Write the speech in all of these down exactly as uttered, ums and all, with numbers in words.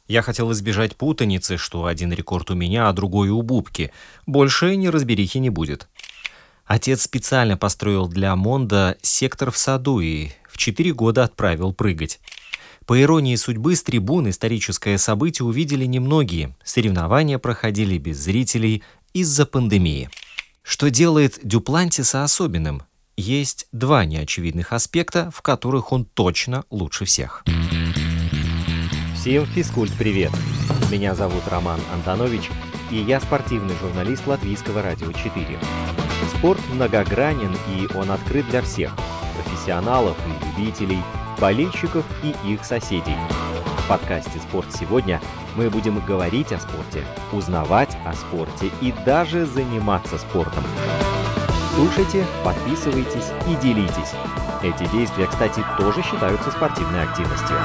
Я хотел избежать путаницы, что один рекорд у меня, а другой у Бубки. Больше неразберихи не будет. Отец специально построил для Монда сектор в саду и в четыре года отправил прыгать. По иронии судьбы, с трибун историческое событие увидели немногие. Соревнования проходили без зрителей из-за пандемии. Что делает Дюплантиса особенным? Есть два неочевидных аспекта, в которых он точно лучше всех. Всем физкульт-привет! Меня зовут Роман Антонович, и я спортивный журналист Латвийского радио четыре. Спорт многогранен, и он открыт для всех – профессионалов и любителей, болельщиков и их соседей. В подкасте «Спорт сегодня» мы будем говорить о спорте, узнавать о спорте и даже заниматься спортом. Слушайте, подписывайтесь и делитесь. Эти действия, кстати, тоже считаются спортивной активностью.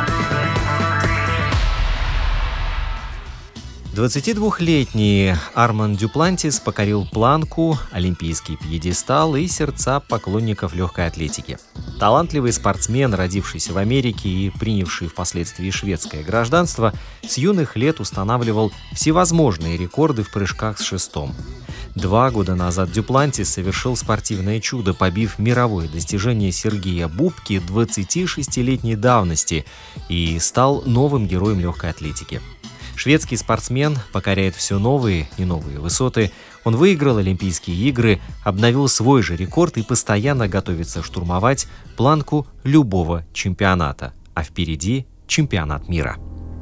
двадцатидвухлетний Арман Дюплантис покорил планку, олимпийский пьедестал и сердца поклонников легкой атлетики. Талантливый спортсмен, родившийся в Америке и принявший впоследствии шведское гражданство, с юных лет устанавливал всевозможные рекорды в прыжках с шестом. Два года назад Дюплантис совершил спортивное чудо, побив мировое достижение Сергея Бубки двадцатишестилетней давности и стал новым героем легкой атлетики. Шведский спортсмен покоряет все новые и новые высоты. Он выиграл Олимпийские игры, обновил свой же рекорд и постоянно готовится штурмовать планку любого чемпионата. А впереди чемпионат мира.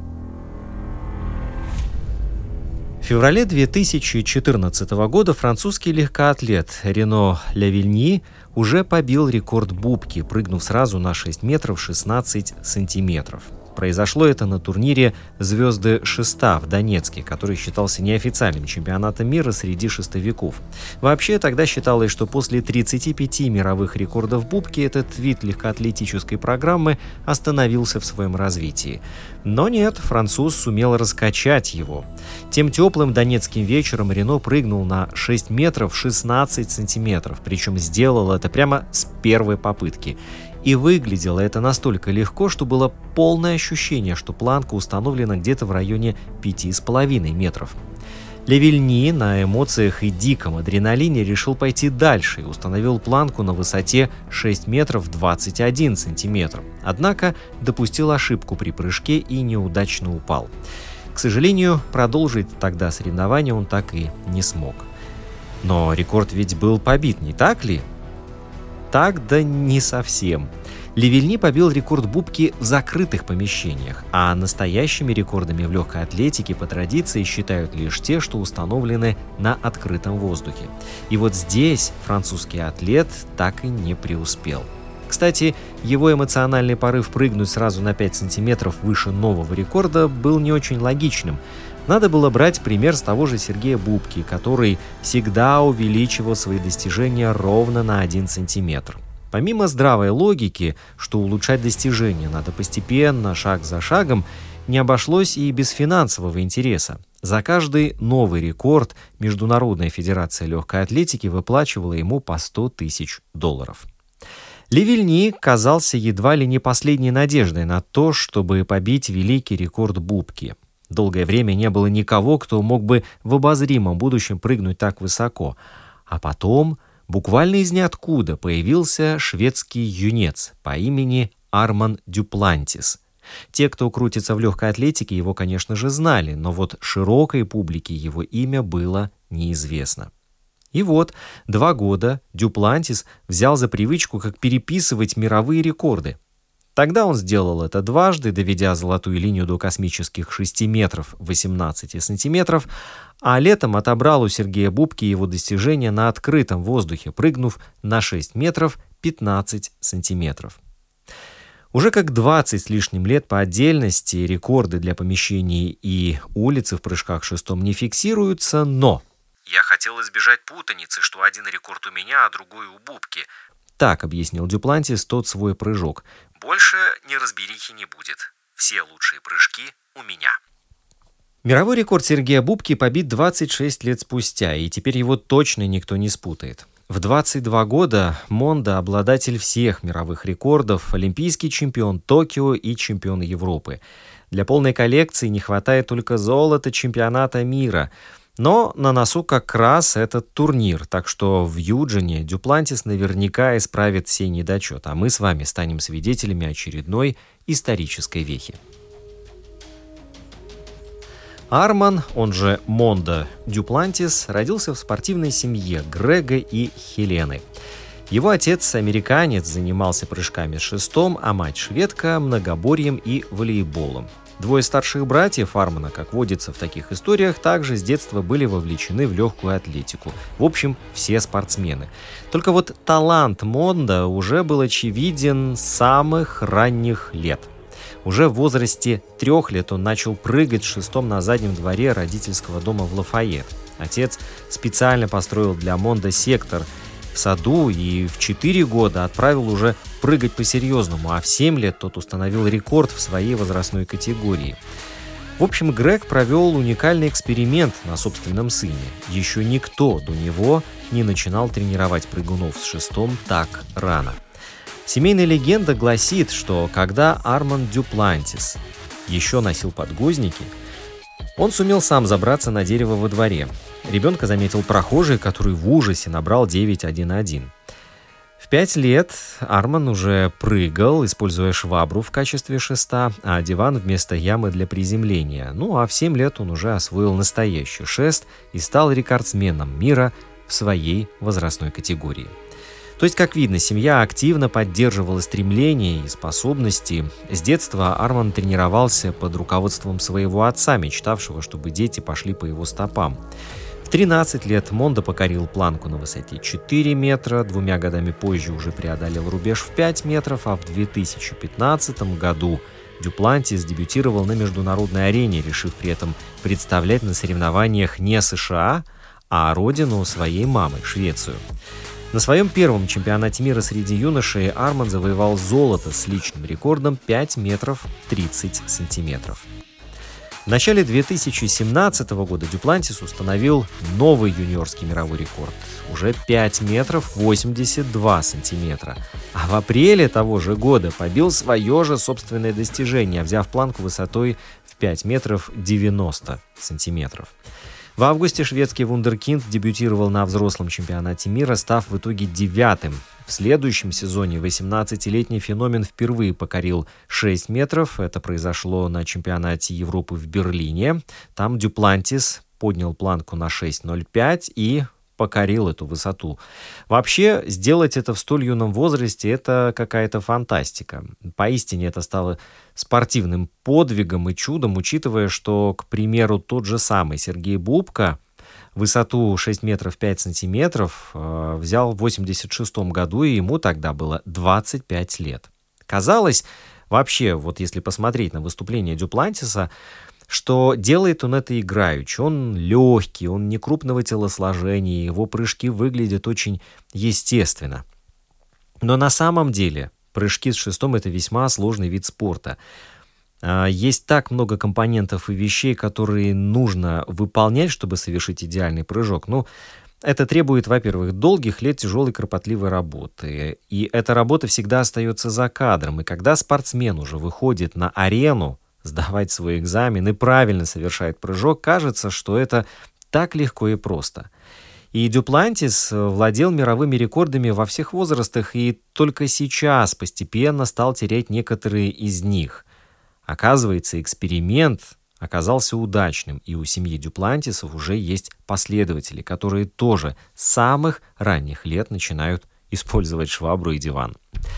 В феврале две тысячи четырнадцатого года французский легкоатлет Рено Лявильни уже побил рекорд Бубки, прыгнув сразу на шесть метров шестнадцать сантиметров. Произошло это на турнире «Звезды шеста» в Донецке, который считался неофициальным чемпионатом мира среди шестовиков. Вообще, тогда считалось, что после тридцати пяти мировых рекордов Бубки этот вид легкоатлетической программы остановился в своем развитии. Но нет, француз сумел раскачать его. Тем теплым донецким вечером Рено прыгнул на шесть метров шестнадцать сантиметров, причем сделал это прямо с первой попытки. И выглядело это настолько легко, что было полное ощущение, что планка установлена где-то в районе пяти с половиной метров. Лявильни на эмоциях и диком адреналине решил пойти дальше и установил планку на высоте шесть метров двадцать один сантиметр. Однако допустил ошибку при прыжке и неудачно упал. К сожалению, продолжить тогда соревнования он так и не смог. Но рекорд ведь был побит, не так ли? Так, да не совсем. Лявильни побил рекорд Бубки в закрытых помещениях, а настоящими рекордами в легкой атлетике по традиции считают лишь те, что установлены на открытом воздухе. И вот здесь французский атлет так и не преуспел. Кстати, его эмоциональный порыв прыгнуть сразу на пять сантиметров выше нового рекорда был не очень логичным. Надо было брать пример с того же Сергея Бубки, который всегда увеличивал свои достижения ровно на один сантиметр. Помимо здравой логики, что улучшать достижения надо постепенно, шаг за шагом, не обошлось и без финансового интереса. За каждый новый рекорд Международная федерация легкой атлетики выплачивала ему по сто тысяч долларов. Лявильни казался едва ли не последней надеждой на то, чтобы побить великий рекорд Бубки. Долгое время не было никого, кто мог бы в обозримом будущем прыгнуть так высоко. А потом, буквально из ниоткуда, появился шведский юнец по имени Арман Дюплантис. Те, кто крутится в легкой атлетике, его, конечно же, знали, но вот широкой публике его имя было неизвестно. И вот, два года Дюплантис взял за привычку как переписывать мировые рекорды. Тогда он сделал это дважды, доведя золотую линию до космических шести метров восемнадцати сантиметров, а летом отобрал у Сергея Бубки его достижение на открытом воздухе, прыгнув на шесть метров пятнадцать сантиметров. Уже как двадцать с лишним лет по отдельности рекорды для помещений и улицы в прыжках шестом не фиксируются, но... Я хотел избежать путаницы, что один рекорд у меня, а другой у Бубки. Так объяснил Дюплантис тот свой прыжок. Больше неразберихи не будет. Все лучшие прыжки у меня. Мировой рекорд Сергея Бубки побит двадцать шесть лет спустя, и теперь его точно никто не спутает. В двадцать два года Монда – обладатель всех мировых рекордов, олимпийский чемпион Токио и чемпион Европы. Для полной коллекции не хватает только золота чемпионата мира. Но на носу как раз этот турнир, так что в Юджине Дюплантис наверняка исправит сей недочет, а мы с вами станем свидетелями очередной исторической вехи. Арман, он же Мондо Дюплантис, родился в спортивной семье Грега и Хелены. Его отец, американец, занимался прыжками с шестом, а мать шведка – многоборьем и волейболом. Двое старших братьев Армана, как водится в таких историях, также с детства были вовлечены в легкую атлетику. В общем, все спортсмены. Только вот талант Мондо уже был очевиден с самых ранних лет. Уже в возрасте трех лет он начал прыгать с шестом на заднем дворе родительского дома в Лафайет. Отец специально построил для Мондо сектор в саду и в четыре года отправил уже прыгать по-серьезному, а в семь лет тот установил рекорд в своей возрастной категории. В общем, Грег провел уникальный эксперимент на собственном сыне. Еще никто до него не начинал тренировать прыгунов с шестом так рано. Семейная легенда гласит, что когда Арман Дюплантис еще носил подгузники, он сумел сам забраться на дерево во дворе. Ребенка заметил прохожий, который в ужасе набрал девять один один. В пять лет Арман уже прыгал, используя швабру в качестве шеста, а диван вместо ямы для приземления. Ну а в семь лет он уже освоил настоящий шест и стал рекордсменом мира в своей возрастной категории. То есть, как видно, семья активно поддерживала стремления и способности. С детства Арман тренировался под руководством своего отца, мечтавшего, чтобы дети пошли по его стопам. В тринадцать лет Мондо покорил планку на высоте четыре метра, двумя годами позже уже преодолел рубеж в пять метров, а в две тысячи пятнадцатом году Дюплантис дебютировал на международной арене, решив при этом представлять на соревнованиях не США, а родину своей мамы, Швецию. На своем первом чемпионате мира среди юношей Арман завоевал золото с личным рекордом пять метров тридцать сантиметров. В начале две тысячи семнадцатого года Дюплантис установил новый юниорский мировой рекорд – уже пять метров восемьдесят два сантиметра. А в апреле того же года побил свое же собственное достижение, взяв планку высотой в пять метров девяносто сантиметров. В августе шведский вундеркинд дебютировал на взрослом чемпионате мира, став в итоге девятым. В следующем сезоне восемнадцатилетний феномен впервые покорил шесть метров. Это произошло на чемпионате Европы в Берлине. Там Дюплантис поднял планку на шесть ноль пять и покорил эту высоту. Вообще, сделать это в столь юном возрасте – это какая-то фантастика. Поистине это стало спортивным подвигом и чудом, учитывая, что, к примеру, тот же самый Сергей Бубка высоту шесть метров пять сантиметров э, взял в восемьдесят шестом году, и ему тогда было двадцать пять лет. Казалось, вообще, вот если посмотреть на выступление Дюплантиса, что делает он это играючи. Он легкий, он не крупного телосложения, его прыжки выглядят очень естественно. Но на самом деле прыжки с шестом – это весьма сложный вид спорта. Есть так много компонентов и вещей, которые нужно выполнять, чтобы совершить идеальный прыжок. Ну, это требует, во-первых, долгих лет тяжелой кропотливой работы. И эта работа всегда остается за кадром. И когда спортсмен уже выходит на арену, сдавать свой экзамен и правильно совершает прыжок, кажется, что это так легко и просто. И Дюплантис владел мировыми рекордами во всех возрастах и только сейчас постепенно стал терять некоторые из них. Оказывается, эксперимент оказался удачным, и у семьи Дюплантисов уже есть последователи, которые тоже с самых ранних лет начинают использовать швабру и диван.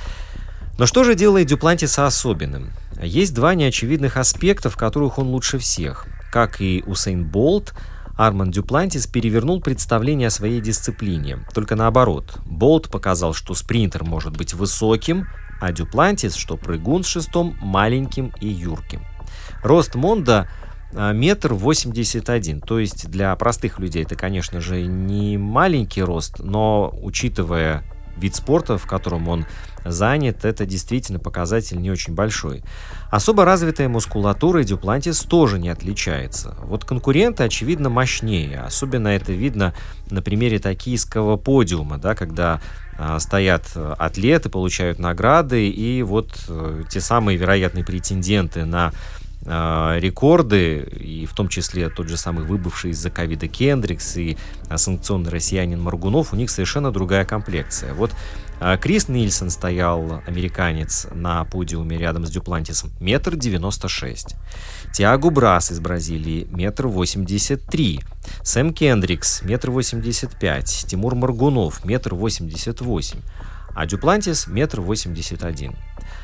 Но что же делает Дюплантиса особенным? Есть два неочевидных аспекта, в которых он лучше всех. Как и Усейн Болт, Арман Дюплантис перевернул представление о своей дисциплине. Только наоборот. Болт показал, что спринтер может быть высоким, а Дюплантис, что прыгун с шестом маленьким и юрким. Рост Мондо метр восемьдесят один. То есть для простых людей это, конечно же, не маленький рост, но учитывая вид спорта, в котором он занят, это действительно показатель не очень большой. Особо развитая мускулатура Дюплантис тоже не отличается. Вот конкуренты, очевидно, мощнее. Особенно это видно на примере токийского подиума, да, когда а, стоят атлеты, получают награды, и вот а, те самые вероятные претенденты на э, рекорды, и в том числе тот же самый выбывший из-за ковида Кендрикс и э, санкционный россиянин Моргунов, у них совершенно другая комплекция. Вот э, Крис Нильсон стоял, американец, на подиуме рядом с Дюплантисом, метр девяносто шесть. Тиаго Брас из Бразилии, метр восемьдесят три. Сэм Кендрикс, метр восемьдесят пять. Тимур Моргунов, метр восемьдесят восемь. А Дюплантис, метр восемьдесят один.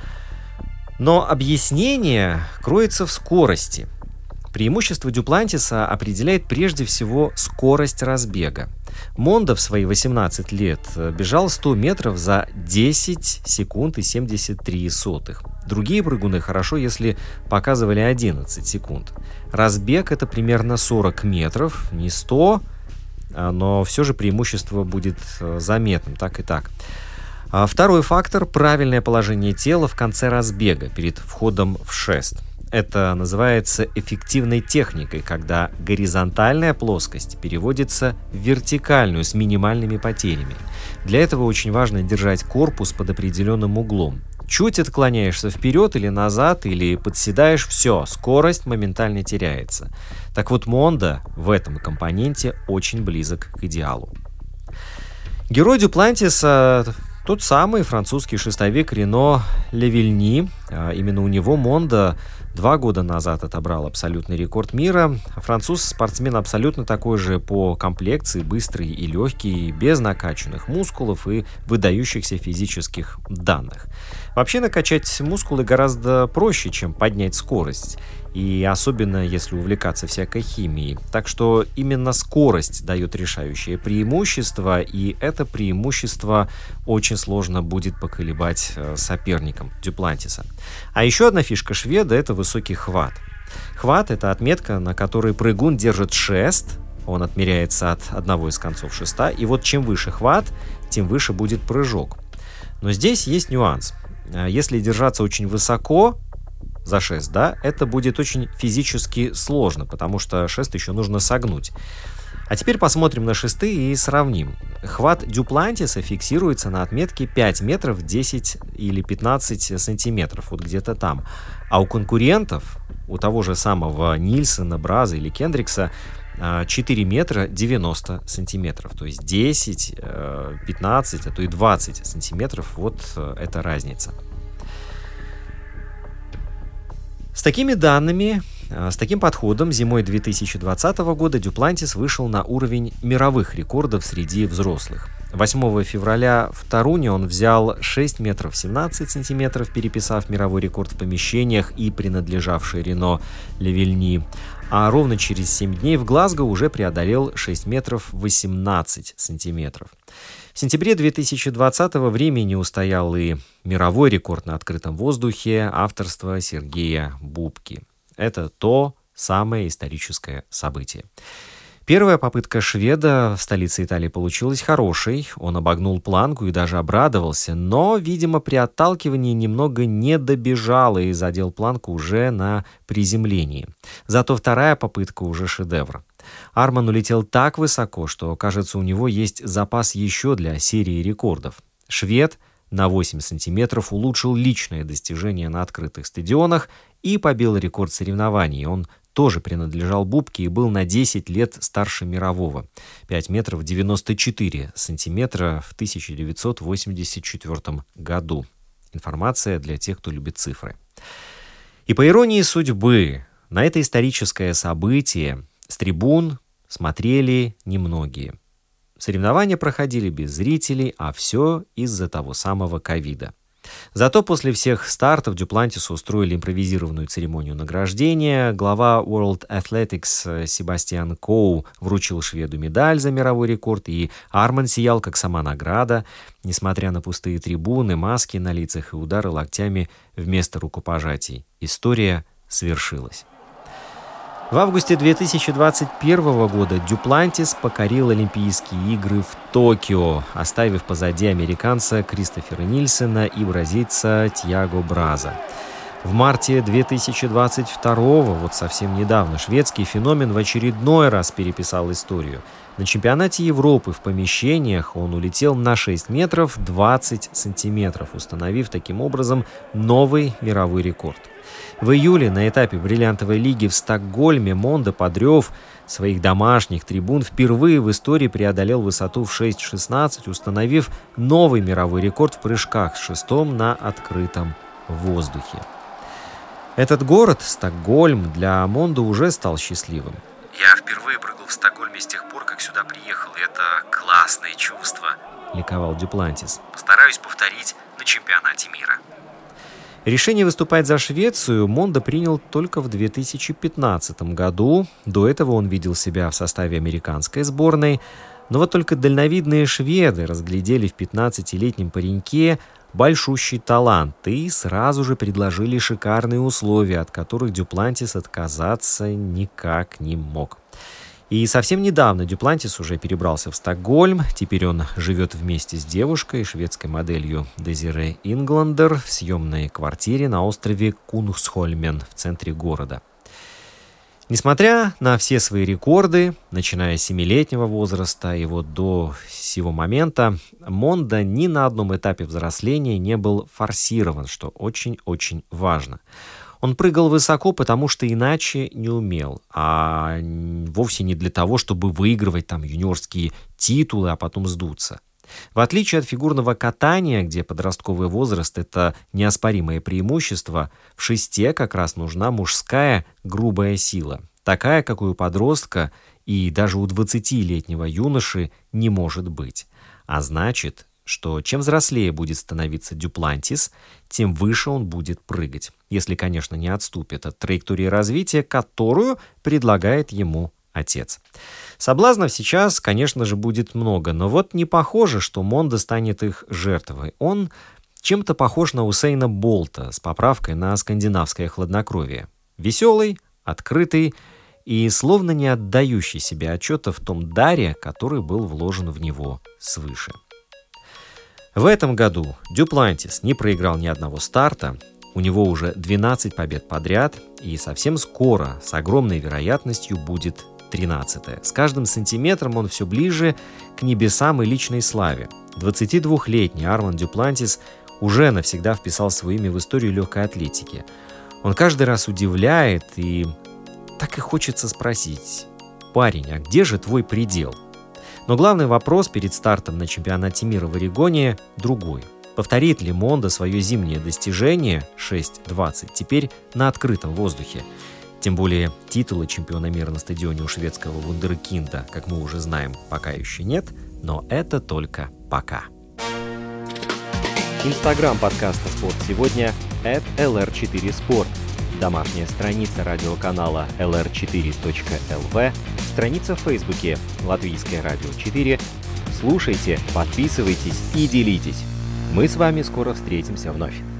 Но объяснение кроется в скорости. Преимущество Дюплантиса определяет прежде всего скорость разбега. Мондо в свои восемнадцать лет бежал сто метров за десять секунд и семьдесят три сотых. Другие прыгуны хорошо, если показывали одиннадцать секунд. Разбег — это примерно сорок метров, не сто, но все же преимущество будет заметным, так и так. Второй фактор — правильное положение тела в конце разбега перед входом в шест. Это называется эффективной техникой, когда горизонтальная плоскость переводится в вертикальную с минимальными потерями. Для этого очень важно держать корпус под определенным углом. Чуть отклоняешься вперед или назад, или подседаешь — все, скорость моментально теряется. Так вот, Мондо в этом компоненте очень близок к идеалу. Герой Дюплантиса — тот самый французский шестовик Рено Лавильни. Именно у него Мондо два года назад отобрал абсолютный рекорд мира. Француз — спортсмен абсолютно такой же по комплекции, быстрый и легкий, без накачанных мускулов и выдающихся физических данных. Вообще накачать мускулы гораздо проще, чем поднять скорость. И особенно если увлекаться всякой химией. Так что именно скорость дает решающее преимущество, и это преимущество очень сложно будет поколебать соперникам Дюплантиса. А еще одна фишка шведа — это высокий хват. Хват — это отметка, на которой прыгун держит шест, он отмеряется от одного из концов шеста, и вот чем выше хват, тем выше будет прыжок. Но здесь есть нюанс. Если держаться очень высоко за шест, да, это будет очень физически сложно, потому что шест еще нужно согнуть. А теперь посмотрим на шесты и сравним. Хват Дюплантиса фиксируется на отметке пять метров десять или пятнадцать сантиметров, вот где-то там. А у конкурентов, у того же самого Нильсона, Браза или Кендрикса, четыре метра девяносто сантиметров. То есть десять, пятнадцать, а то и двадцать сантиметров. Вот эта разница. С такими данными, с таким подходом зимой две тысячи двадцатого года Дюплантис вышел на уровень мировых рекордов среди взрослых. восьмого февраля в Торуне он взял шесть метров семнадцать сантиметров, переписав мировой рекорд в помещениях и принадлежавший Рено Лавильни. А ровно через семь дней в Глазго уже преодолел шесть метров восемнадцать сантиметров. В сентябре две тысячи двадцатого в Риме не устоял и мировой рекорд на открытом воздухе авторства Сергея Бубки. Это то самое историческое событие. Первая попытка шведа в столице Италии получилась хорошей. Он обогнул планку и даже обрадовался, но, видимо, при отталкивании немного не добежал и задел планку уже на приземлении. Зато вторая попытка уже шедевр. Арман улетел так высоко, что, кажется, у него есть запас еще для серии рекордов. Швед на восемь сантиметров улучшил личное достижение на открытых стадионах и побил рекорд соревнований. Он тоже принадлежал Бубке и был на десять лет старше мирового. пять метров девяносто четыре сантиметра в тысяча девятьсот восемьдесят четвёртом году. Информация для тех, кто любит цифры. И по иронии судьбы, на это историческое событие с трибун смотрели немногие. Соревнования проходили без зрителей, а все из-за того самого ковида. Зато после всех стартов Дюплантису устроили импровизированную церемонию награждения. Глава World Athletics Себастьян Коу вручил шведу медаль за мировой рекорд, и Арман сиял, как сама награда, несмотря на пустые трибуны, маски на лицах и удары локтями вместо рукопожатий. История свершилась. В августе две тысячи двадцать первого года Дюплантис покорил Олимпийские игры в Токио, оставив позади американца Кристофера Нильсона и бразильца Тиаго Браза. В марте две тысячи двадцать второго, вот совсем недавно, шведский феномен в очередной раз переписал историю. На чемпионате Европы в помещениях он улетел на шесть метров двадцать сантиметров, установив таким образом новый мировой рекорд. В июле на этапе бриллиантовой лиги в Стокгольме Мондо подрев своих домашних трибун впервые в истории преодолел высоту в шесть шестнадцать, установив новый мировой рекорд в прыжках с шестом на открытом воздухе. Этот город, Стокгольм, для Мондо уже стал счастливым. Я впервые прыгал в Стокгольме с тех пор, как сюда приехал, и это классное чувство. Ликовал Дюплантис. Постараюсь повторить на чемпионате мира. Решение выступать за Швецию Мондо принял только в две тысячи пятнадцатом году. До этого он видел себя в составе американской сборной. Но вот только дальновидные шведы разглядели в пятнадцатилетнем пареньке большущий талант и сразу же предложили шикарные условия, от которых Дюплантис отказаться никак не мог. И совсем недавно Дюплантис уже перебрался в Стокгольм. Теперь он живет вместе с девушкой, шведской моделью Дезире Ингландер, в съемной квартире на острове Кунгсхольмен в центре города. Несмотря на все свои рекорды, начиная с семилетнего возраста и вот до сего момента, Мондо ни на одном этапе взросления не был форсирован, что очень-очень важно. Он прыгал высоко, потому что иначе не умел, а вовсе не для того, чтобы выигрывать там юниорские титулы, а потом сдуться. В отличие от фигурного катания, где подростковый возраст – это неоспоримое преимущество, в шесте как раз нужна мужская грубая сила, такая, как у подростка и даже у двадцатилетнего юноши не может быть. А значит, что чем взрослее будет становиться Дюплантис, тем выше он будет прыгать, если, конечно, не отступит от траектории развития, которую предлагает ему отец. Соблазнов сейчас, конечно же, будет много, но вот не похоже, что Мондо станет их жертвой. Он чем-то похож на Усейна Болта с поправкой на скандинавское хладнокровие. Веселый, открытый и словно не отдающий себе отчета в том даре, который был вложен в него свыше. В этом году Дюплантис не проиграл ни одного старта, у него уже двенадцать побед подряд, и совсем скоро, с огромной вероятностью, будет тринадцатая. С каждым сантиметром он все ближе к небесам и личной славе. двадцатидвухлетний Арманд Дюплантис уже навсегда вписал свое имя в историю легкой атлетики. Он каждый раз удивляет, и так и хочется спросить: парень, а где же твой предел? Но главный вопрос перед стартом на чемпионате мира в Орегоне другой. Повторит ли Мондо свое зимнее достижение шесть двадцать теперь на открытом воздухе? Тем более титула чемпиона мира на стадионе у шведского вундеркинда, как мы уже знаем, пока еще нет, но это только пока. Инстаграм подкаста «Спорт сегодня» эт эл эр четыре спорт. Домашняя страница радиоканала эл эр четыре точка эл ви, страница в Фейсбуке «Латвийское радио четыре». Слушайте, подписывайтесь и делитесь. Мы с вами скоро встретимся вновь.